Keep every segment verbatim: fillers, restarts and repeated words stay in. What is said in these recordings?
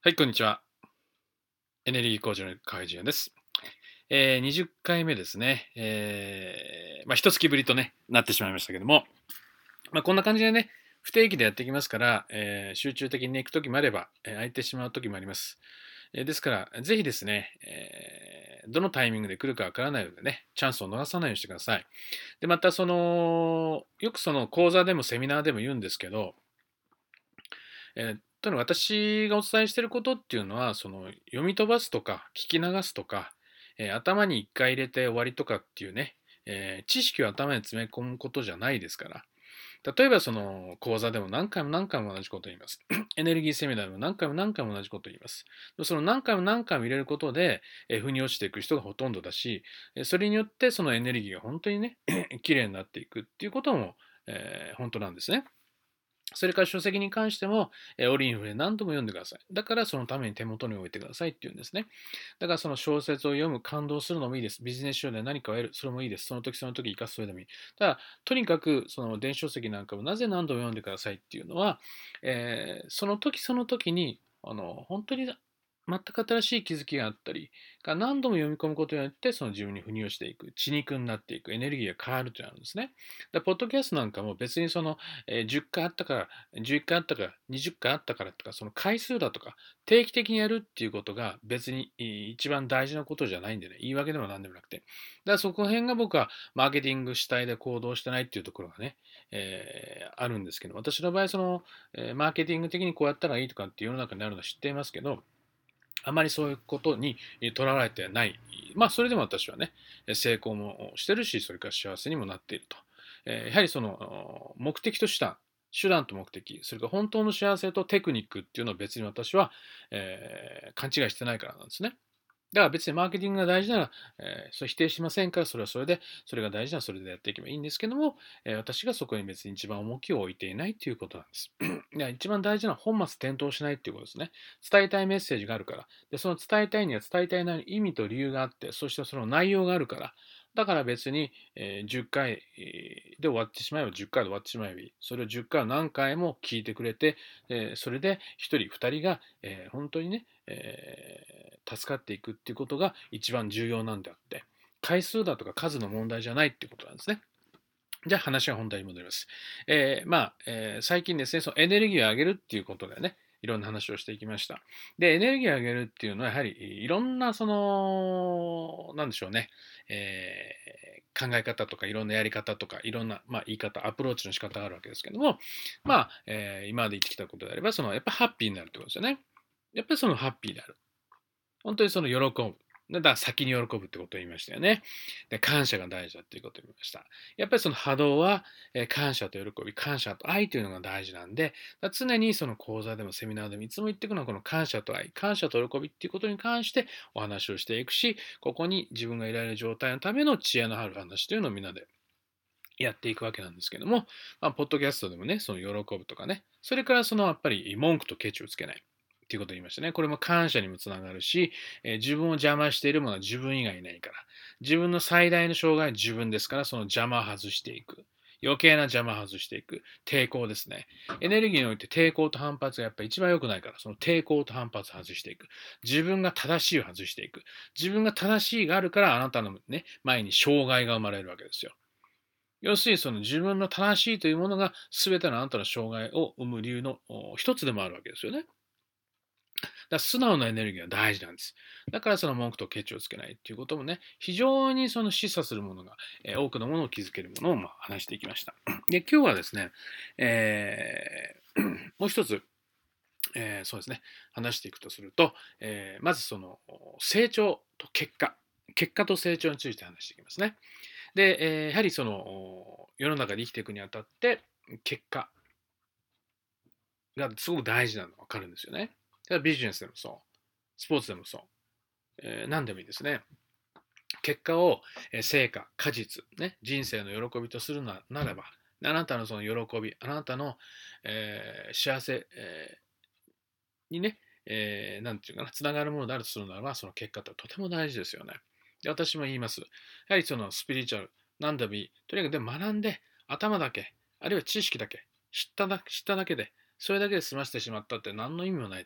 はい、こんにちは。エネルギー工場の海人です。えー、にじゅっかいめですね。えー、まあ、一月ぶりとね、なってしまいましたけども、まあ、こんな感じでね、不定期でやっていきますから、えー集中的に行くときもあれば、えー空いてしまうときもあります。えーですから、ぜひですね、えーどのタイミングで来るかわからないのでね、チャンスを逃さないようにしてください。で、また、その、よくその講座でもセミナーでも言うんですけど、えーただ私がお伝えしていることっていうのは、その読み飛ばすとか聞き流すとか、えー頭に一回入れて終わりとかっていうね、えー知識を頭に詰め込むことじゃないですから。例えばその講座でも何回も何回も同じことを言います。エネルギーセミナーでも何回も何回も同じことを言います。その何回も何回も入れることで、えー腑に落ちていく人がほとんどだし、えーそれによってそのエネルギーが本当にね、綺麗になっていくっていうことも、えー本当なんですね。それから書籍に関しても、えー、オリインフレ何度も読んでください。だからそのために手元に置いてくださいっていうんですね。だからその小説を読む、感動するのもいいです。ビジネス書で何かを得る、それもいいです。その時その時生かすそれでもいい。ただ、とにかくその電子書籍なんかをなぜ何度も読んでくださいっていうのは、えーその時その時に、あの、本当に全く新しい気づきがあったり、何度も読み込むことによって、その自分に腑に落ちていく、血肉になっていく、エネルギーが変わるというのがあるんですね。だポッドキャストなんかも別にその、えーじゅっかいあったから、じゅういっかいあったから、にじゅっかいあったからとか、その回数だとか、定期的にやるっていうことが別に一番大事なことじゃないんでね、言い訳でも何でもなくて。だからそこら辺が僕はマーケティング主体で行動してないっていうところがね、えーあるんですけど、私の場合、その、えーマーケティング的にこうやったらいいとかっていう世の中になるのは知っていますけど、あまりそういうことにとらわれてない。まあ、それでも私はね、成功もしてるし、それから幸せにもなっていると。えーやはりその目的と手段、手段と目的、それから本当の幸せとテクニックっていうのを別に私は、えー勘違いしてないからなんですね。だから別にマーケティングが大事なら、えーそれ否定しませんから、それはそれで、それが大事ならそれでやっていけばいいんですけども、えー私がそこに別に一番重きを置いていないということなんです。いや一番大事なのは本末転倒しないっていうことですね。伝えたいメッセージがあるから。で、その伝えたいには伝えたいなり意味と理由があって、そしてその内容があるから。だから別に、えーじゅっかいで終わってしまえばじゅっかいで終わってしまえばいい。それをじゅっかいを何回も聞いてくれて、えーそれでひとりふたりが、えー本当にね、えー助かっていくっていうことが一番重要なんであって、回数だとか数の問題じゃないっていうことなんですね。じゃあ話は本題に戻ります。えーまあ、えー最近ですね、そのエネルギーを上げるっていうことでね、いろんな話をしていきました。で、エネルギーを上げるっていうのは、やはりいろんな、その、なんでしょうね、えー考え方とか、いろんなやり方とか、いろんな、まあ、言い方、アプローチの仕方があるわけですけども、まあ、えー今まで言ってきたことであれば、その、やっぱハッピーになるってことですよね。やっぱりそのハッピーである。本当にその喜ぶ。だから先に喜ぶってことを言いましたよね。で、感謝が大事だっていうことを言いました。やっぱりその波動は、えー感謝と喜び、感謝と愛というのが大事なんで、常にその講座でもセミナーでもいつも言っていくのはこの感謝と愛、感謝と喜びっていうことに関してお話をしていくし、ここに自分がいられる状態のための知恵のある話というのをみんなでやっていくわけなんですけども、まあ、ポッドキャストでもね、その喜ぶとかね、それからそのやっぱり文句とケチをつけない。っていうことを言いましたね。これも感謝にもつながるし、えー自分を邪魔しているものは自分以外いないから。自分の最大の障害は自分ですから、その邪魔を外していく。余計な邪魔を外していく。抵抗ですね。エネルギーにおいて抵抗と反発がやっぱり一番良くないから、その抵抗と反発を外していく。自分が正しいを外していく。自分が正しいがあるから、あなたのね、前に障害が生まれるわけですよ。要するにその自分の正しいというものが全てのあなたの障害を生む理由の一つでもあるわけですよね。だから素直なエネルギーは大事なんです。だからその文句とケチをつけないっていうこともね、非常にその示唆するものが、えー多くのものを気づけるものをまあ話していきました。で、今日はですね、えーもう一つ、えーそうですね、話していくとすると、えーまずその成長と結果、結果と成長について話していきますね。で、えーやはりその世の中で生きていくにあたって結果がすごく大事なのが分かるんですよね。ビジネスでもそう、スポーツでもそう、えー何でもいいですね。結果を、えー成果、果実、ね、人生の喜びとするなならば、あなたのその喜び、あなたの、えー幸せ、えーにね、えーなんていうかな、つながるものであるとするならば、その結果ってとても大事ですよね。で私も言います。やはりそのスピリチュアル、何でもいい。とにかくで学んで、頭だけ、あるいは知識だけ、知っただ知っただけで、それだけで済ましてしまったって何の意味もないと。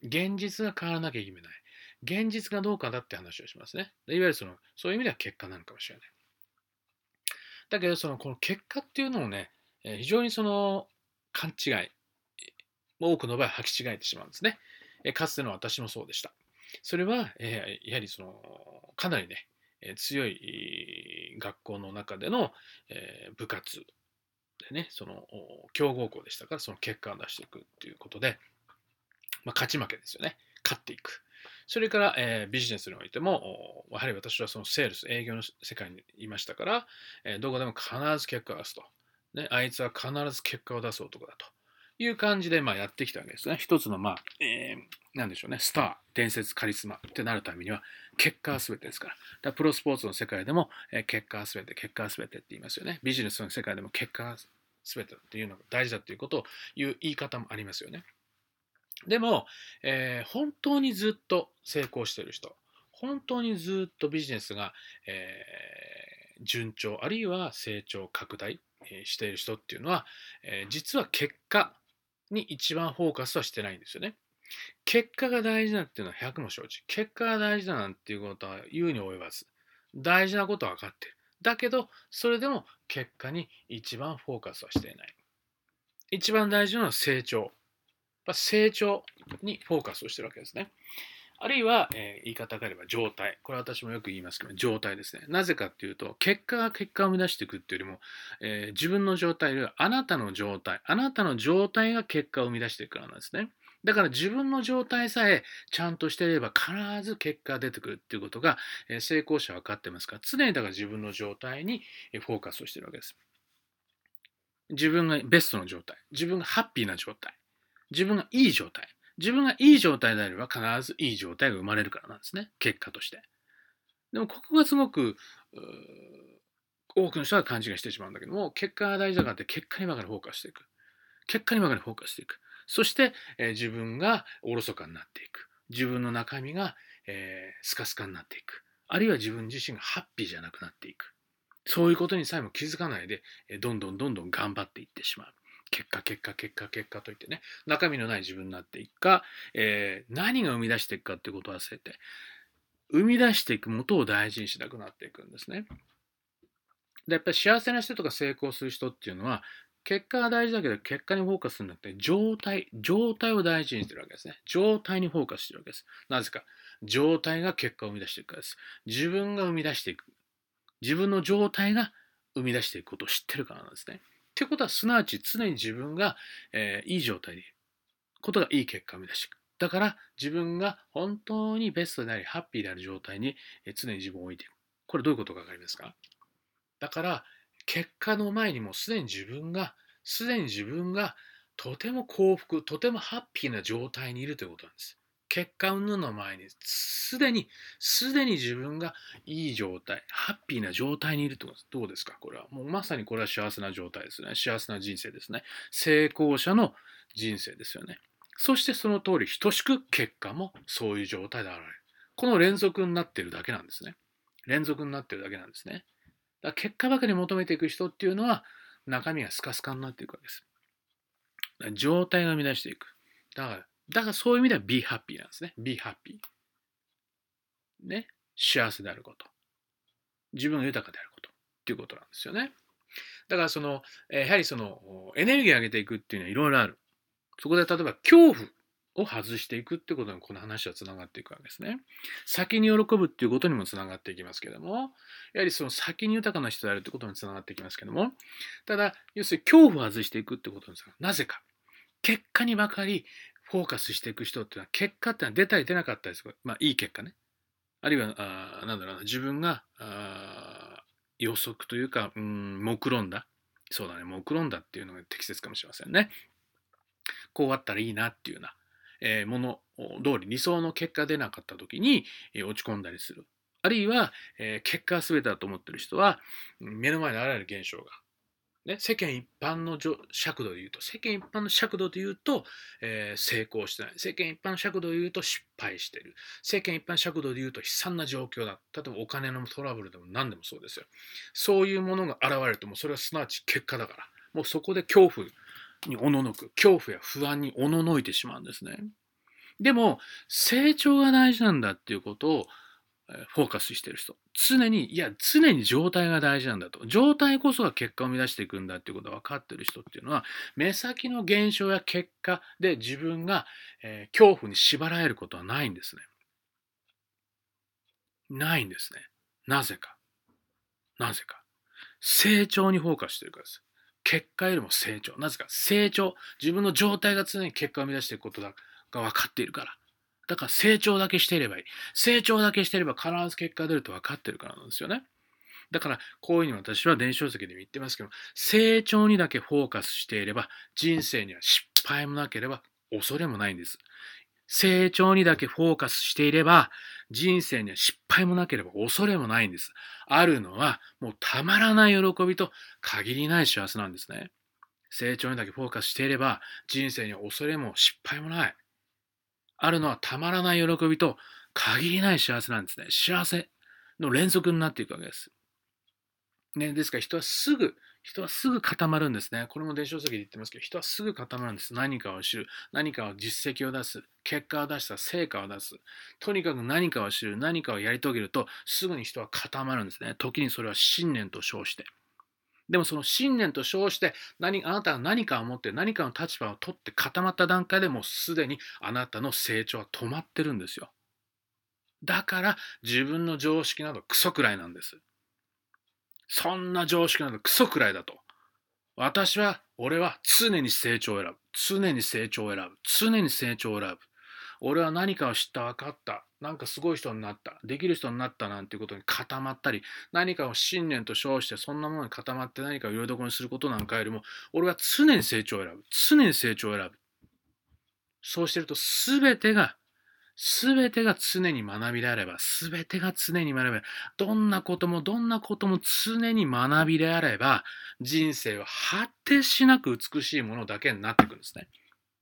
現実が変わらなきゃいけない。現実がどうかだって話をしますね。いわゆるその、そういう意味では結果なのかもしれない。だけど、その、この結果っていうのをね、非常にその、勘違い、多くの場合履き違えてしまうんですね。かつての私もそうでした。それは、えーやはりその、かなりね、強い学校の中での、えー部活でね、その強豪校でしたから、その結果を出していくっていうことで、まあ、勝ち負けですよね。勝っていく。それから、えービジネスにおいても、やはり私はそのセールス、営業の世界にいましたから、えーどこでも必ず結果を出すと。ね、あいつは必ず結果を出す男だという感じで、まあ、やってきたわけですね。一つの、まあ、えーなんでしょうね、スター、伝説、カリスマってなるためには、結果は全てですから。だからプロスポーツの世界でも、えー結果は全て、結果は全てって言いますよね。ビジネスの世界でも結果は全てっていうのが大事だということを言う言い方もありますよね。でも、えー本当にずっと成功している人、本当にずっとビジネスが、えー順調、あるいは成長、拡大、えーしている人っていうのは、えー実は結果に一番フォーカスはしてないんですよね。結果が大事だっていうのは百も承知。結果が大事だなんていうことは言うに及ばず。大事なことは分かっている。だけど、それでも結果に一番フォーカスはしていない。一番大事なのは成長。成長にフォーカスをしてるわけですね。あるいは、えー言い方があれば状態。これは私もよく言いますけど、状態ですね。なぜかっていうと、結果が結果を生み出していくっていうよりも、えー自分の状態よりはあなたの状態、あなたの状態が結果を生み出していくからなんですね。だから自分の状態さえちゃんとしていれば必ず結果が出てくるっていうことが、えー成功者は分かってますから、常にだから自分の状態にフォーカスをしているわけです。自分がベストの状態、自分がハッピーな状態、自分がいい状態。自分がいい状態であれば必ずいい状態が生まれるからなんですね。結果として。でもここがすごく多くの人は勘違いしてしまうんだけども、結果が大事だからって結果にばかりフォーカスしていく。結果にばかりフォーカスしていく。そして、えー自分がおろそかになっていく。自分の中身が、えースカスカになっていく。あるいは自分自身がハッピーじゃなくなっていく。そういうことにさえも気づかないで、どんどんどんどん頑張っていってしまう。結果、結果、結果、結果といってね、中身のない自分になっていくか、えー何が生み出していくかっていうことを忘れて、生み出していくことを大事にしなくなっていくんですね。で、やっぱり幸せな人とか成功する人っていうのは、結果が大事だけど、結果にフォーカスするんだって、状態、状態を大事にしてるわけですね。状態にフォーカスしてるわけです。なぜか、状態が結果を生み出していくからです。自分が生み出していく。自分の状態が生み出していくことを知ってるからなんですね。っていうことは、すなわち常に自分が、えーいい状態でいることがいい結果を生み出していく。だから自分が本当にベストであり、ハッピーである状態に常に自分を置いていく。これどういうことかわかりますか？だから、結果の前にもすでに自分が、すでに自分がとても幸福、とてもハッピーな状態にいるということなんです。結果云々の前に、すでに、すでに自分がいい状態、ハッピーな状態にいるということです。どうですかこれは。もうまさにこれは幸せな状態ですね。幸せな人生ですね。成功者の人生ですよね。そしてその通り、等しく結果もそういう状態で現れる。この連続になっているだけなんですね。連続になっているだけなんですね。だから結果ばかり求めていく人っていうのは中身がスカスカになっていくわけです。状態が生み出していく。だから、だからそういう意味では be happy なんですね。be happy。ね。幸せであること。自分が豊かであること。っていうことなんですよね。だからその、やはりそのエネルギーを上げていくっていうのはいろいろある。そこで例えば恐怖を外していくってことにこの話はつながっていくわけですね。先に喜ぶっていうことにもつながっていきますけども、やはりその先に豊かな人であるってことにつながっていきますけども、ただ、要するに恐怖を外していくってことですが、なぜか。結果にばかりフォーカスしていく人っていうのは、結果っていうのは出たり出なかったりする。まあ、いい結果ね。あるいは、あなんだろうな、自分があ予測というか、うん、目論んだ。そうだね、目論んだっていうのが適切かもしれませんね。こうあったらいいなっていうような、えーもの通り理想の結果出なかった時に、えー落ち込んだりする。あるいは、えー結果が全てだと思ってる人は、目の前のあらゆる現象が、ね、世間一般の尺度で言うと、世間一般の尺度で言うと、えー成功してない。世間一般の尺度で言うと失敗してる。世間一般の尺度で言うと悲惨な状況だ。例えばお金のトラブルでも何でもそうですよ。そういうものが現れると、もうそれはすなわち結果だから。もうそこで恐怖におののく、恐怖や不安におののいてしまうんですね。 でも、成長が大事なんだっていうことをえーフォーカスしている人。常に、いや、常に状態が大事なんだと。状態こそが結果を生み出していくんだっていうことが分かっている人っていうのは、目先の現象や結果で自分が、えー恐怖に縛られることはないんですね。ないんですね。なぜか。なぜか。成長にフォーカスしてるからです。結果よりも成長。なぜか。成長。自分の状態が常に結果を生み出していくことが分かっているから。だから成長だけしていればいい。成長だけしていれば必ず結果が出ると分かってるからなんですよね。だから、こういうふうに私は電子書籍でも言ってますけど、成長にだけフォーカスしていれば、人生には失敗もなければ恐れもないんです。成長にだけフォーカスしていれば、人生には失敗もなければ恐れもないんです。あるのは、もうたまらない喜びと限りない幸せなんですね。成長にだけフォーカスしていれば、人生には恐れも失敗もない。あるのはたまらない喜びと限りない幸せなんですね。幸せの連続になっていくわけです。ね、ですから人はすぐ、人はすぐ固まるんですね。これも伝承書籍で言ってますけど、人はすぐ固まるんです。何かを知る、何かを実績を出す、結果を出した、成果を出す。とにかく何かを知る、何かをやり遂げると、すぐに人は固まるんですね。時にそれは信念と称して。でもその信念と称して何、あなたが何かを持って何かの立場を取って固まった段階でもうすでにあなたの成長は止まってるんですよ。だから自分の常識などクソくらいなんです。そんな常識などクソくらいだと。私は、俺は常に成長を選ぶ。常に成長を選ぶ。常に成長を選ぶ。俺は何かを知った、分かった。なんかすごい人になった。できる人になったなんていうことに固まったり、何かを信念と称してそんなものに固まって何かをよりどころにすることなんかよりも、俺は常に成長を選ぶ。常に成長を選ぶ。そうしてると全てがすべてが常に学びであれば、すべてが常に学べば、どんなこともどんなことも常に学びであれば、人生は果てしなく美しいものだけになっていくんですね。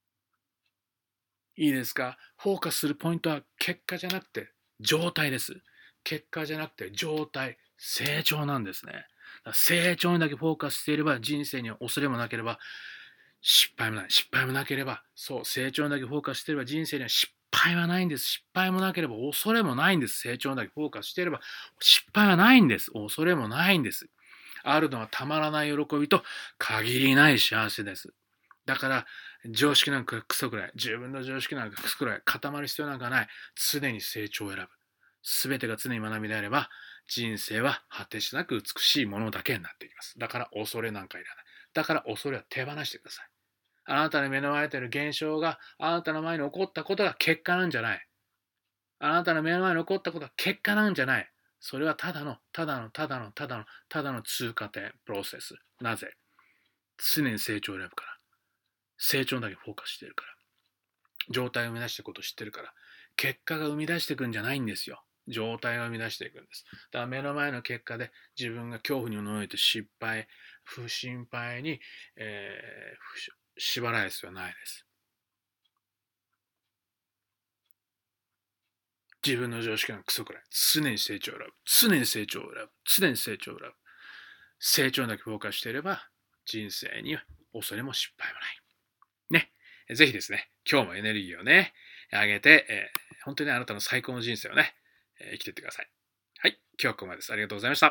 いいですか？フォーカスするポイントは結果じゃなくて状態です。結果じゃなくて状態、成長なんですね。成長にだけフォーカスしていれば人生には恐れもなければ失敗もない。失敗もなければ、そう、成長にだけフォーカスしていれば人生には失敗はないんです。失敗もなければ恐れもないんです。成長にだけフォーカスしていれば失敗はないんです。恐れもないんです。あるのはたまらない喜びと限りない幸せです。だから、常識なんかクソくらい、自分の常識なんかクソくらい、固まる必要なんかない。常に成長を選ぶ。すべてが常に学びであれば、人生は果てしなく美しいものだけになっていきます。だから恐れなんかいらない。だから恐れは手放してください。あなたの目の前にある現象があなたの前に起こったことが結果なんじゃない。あなたの目の前に起こったことが結果なんじゃない。それはただの、ただの、ただの、ただの、ただの通過点、プロセス。なぜ？常に成長を選ぶから。成長だけフォーカスしてるから。状態を生み出していくことを知ってるから。結果が生み出していくんじゃないんですよ。状態が生み出していくんです。だから目の前の結果で自分が恐怖に驚いて失敗、不心配に、えー、縛られる必要はないです。自分の常識がクソくらい。常に成長を選ぶ。常に成長を選ぶ。常に成長を選ぶ。成長だけフォーカスしていれば、人生には恐れも失敗もない。ね。ぜひですね、今日もエネルギーをね、上げて、えー、本当にあなたの最高の人生をね、えー、生きていってください。はい。今日はここまでです。ありがとうございました。